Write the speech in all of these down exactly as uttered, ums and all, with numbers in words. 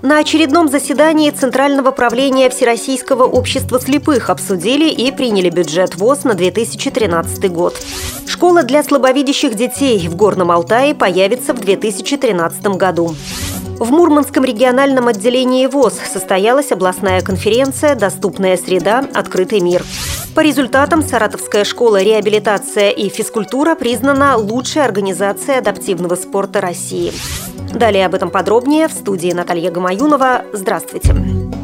На очередном заседании Центрального правления Всероссийского общества слепых обсудили и приняли бюджет ВОС на две тысячи тринадцатый год. Школа для слабовидящих детей в Горном Алтае появится в две тысячи тринадцатом году. В Мурманском региональном отделении ВОС состоялась областная конференция «Доступная среда. Открытый мир». По результатам Саратовская школа «Реабилитация и физкультура» признана лучшей организацией адаптивного спорта России. Далее об этом подробнее в студии Наталья Гамаюнова. Здравствуйте.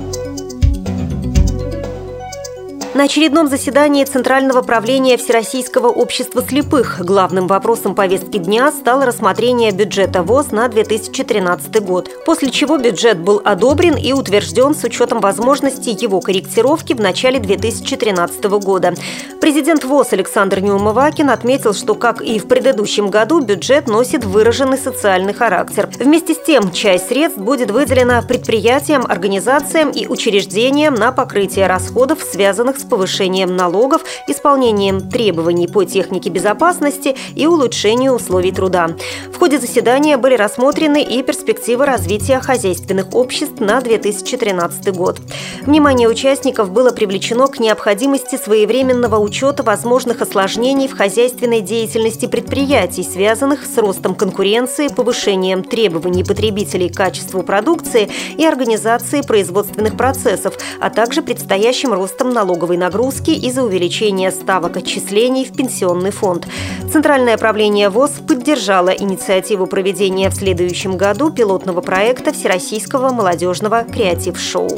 На очередном заседании Центрального правления Всероссийского общества слепых главным вопросом повестки дня стало рассмотрение бюджета ВОС на две тысячи тринадцатый год, после чего бюджет был одобрен и утвержден с учетом возможности его корректировки в начале две тысячи тринадцатого года. Президент ВОС Александр Неумывакин отметил, что, как и в предыдущем году, бюджет носит выраженный социальный характер. Вместе с тем, часть средств будет выделена предприятиям, организациям и учреждениям на покрытие расходов, связанных с повышением налогов, исполнением требований по технике безопасности и улучшению условий труда. В ходе заседания были рассмотрены и перспективы развития хозяйственных обществ на две тысячи тринадцатый год. Внимание участников было привлечено к необходимости своевременного учета возможных осложнений в хозяйственной деятельности предприятий, связанных с ростом конкуренции, повышением требований потребителей к качеству продукции и организации производственных процессов, а также предстоящим ростом налоговой нагрузки из-за увеличения ставок отчислений в пенсионный фонд. Центральное правление ВОС поддержало инициативу проведения в следующем году пилотного проекта Всероссийского молодежного креатив-шоу.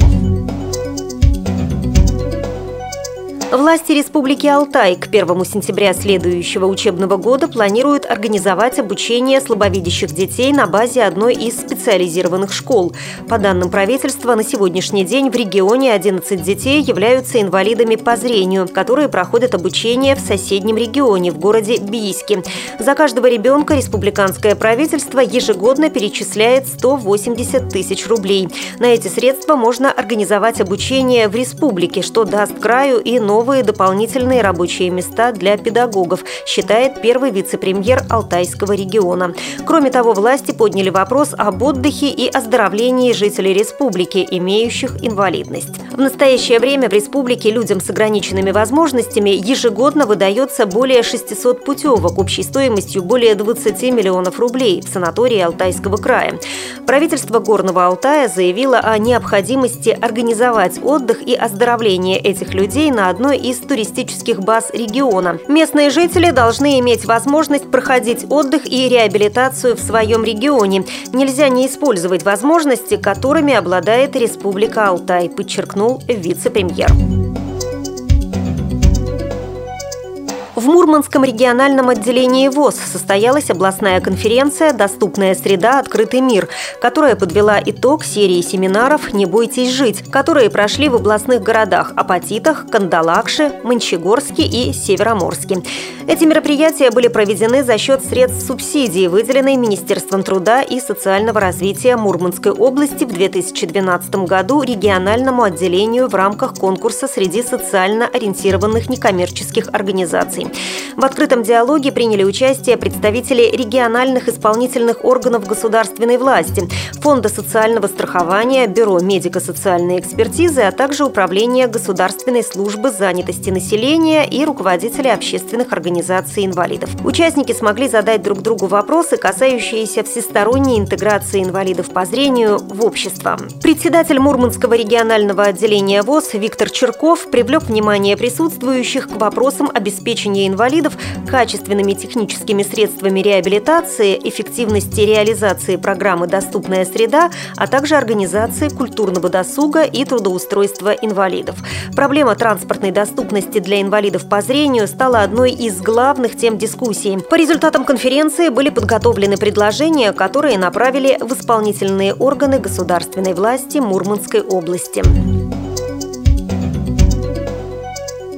Власти Республики Алтай к первому сентября следующего учебного года планируют организовать обучение слабовидящих детей на базе одной из специализированных школ. По данным правительства, на сегодняшний день в регионе одиннадцать детей являются инвалидами по зрению, которые проходят обучение в соседнем регионе, в городе Бийске. За каждого ребенка республиканское правительство ежегодно перечисляет сто восемьдесят тысяч рублей. На эти средства можно организовать обучение в республике, что даст краю и новые Новые дополнительные рабочие места для педагогов, считает первый вице-премьер Алтайского региона. Кроме того, власти подняли вопрос об отдыхе и оздоровлении жителей республики, имеющих инвалидность. В настоящее время в республике людям с ограниченными возможностями ежегодно выдается более шестисот путевок общей стоимостью более двадцати миллионов рублей в санатории Алтайского края. Правительство Горного Алтая заявило о необходимости организовать отдых и оздоровление этих людей на одной из туристических баз региона. Местные жители должны иметь возможность проходить отдых и реабилитацию в своем регионе. Нельзя не использовать возможности, которыми обладает Республика Алтай, подчеркнул вице-премьер. В Мурманском региональном отделении ВОС состоялась областная конференция «Доступная среда. Открытый мир», которая подвела итог серии семинаров «Не бойтесь жить», которые прошли в областных городах Апатитах, Кандалакше, Мончегорске и Североморске. Эти мероприятия были проведены за счет средств субсидии, выделенной Министерством труда и социального развития Мурманской области в две тысячи двенадцатом году региональному отделению в рамках конкурса среди социально ориентированных некоммерческих организаций. В открытом диалоге приняли участие представители региональных исполнительных органов государственной власти, Фонда социального страхования, Бюро медико-социальной экспертизы, а также Управления государственной службы занятости населения и руководители общественных организаций инвалидов. Участники смогли задать друг другу вопросы, касающиеся всесторонней интеграции инвалидов по зрению в общество. Председатель Мурманского регионального отделения ВОС Виктор Черков привлек внимание присутствующих к вопросам обеспечения инвалидов качественными техническими средствами реабилитации, эффективности реализации программы «Доступная среда», а также организации культурного досуга и трудоустройства инвалидов. Проблема транспортной доступности для инвалидов по зрению стала одной из главных тем дискуссий. По результатам конференции были подготовлены предложения, которые направили в исполнительные органы государственной власти Мурманской области.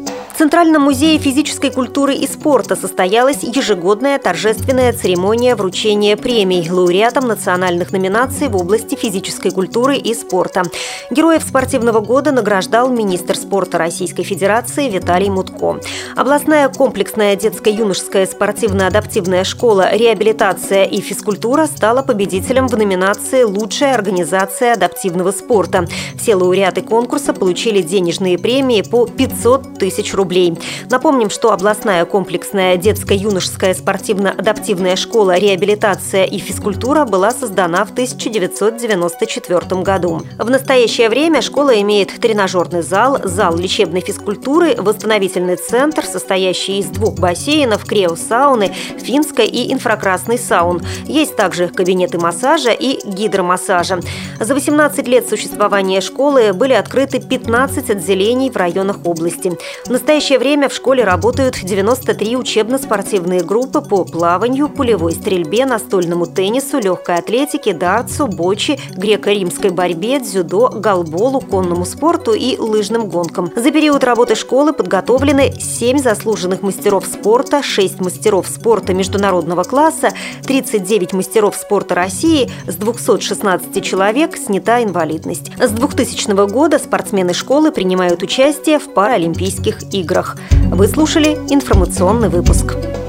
Центральном музее физической культуры и спорта состоялась ежегодная торжественная церемония вручения премий лауреатам национальных номинаций в области физической культуры и спорта. Героев спортивного года награждал министр спорта Российской Федерации Виталий Мутко. Областная комплексная детско-юношеская спортивно-адаптивная школа «Реабилитация и физкультура» стала победителем в номинации «Лучшая организация адаптивного спорта». Все лауреаты конкурса получили денежные премии по пятьсот тысяч рублей. Напомним, что областная комплексная детско-юношеская спортивно-адаптивная школа «Реабилитация и физкультура» была создана в тысяча девятьсот девяносто четвёртом году. В настоящее время школа имеет тренажерный зал, зал лечебной физкультуры, восстановительный центр, состоящий из двух бассейнов, криосауны, финской и инфракрасной саун. Есть также кабинеты массажа и гидромассажа. За восемнадцать лет существования школы были открыты пятнадцать отделений в районах области. В настоящее время в школе работают девяносто три учебно-спортивные группы по плаванию, пулевой стрельбе, настольному теннису, легкой атлетике, дартсу, бочи, греко-римской борьбе, дзюдо, голболу, конному спорту и лыжным гонкам. За период работы школы подготовлены семь заслуженных мастеров спорта, шесть мастеров спорта международного класса, тридцать девять мастеров спорта России, с двухсот шестнадцати человек снята инвалидность. С двухтысячного года спортсмены школы принимают участие в Паралимпийских играх. Вы слушали информационный выпуск.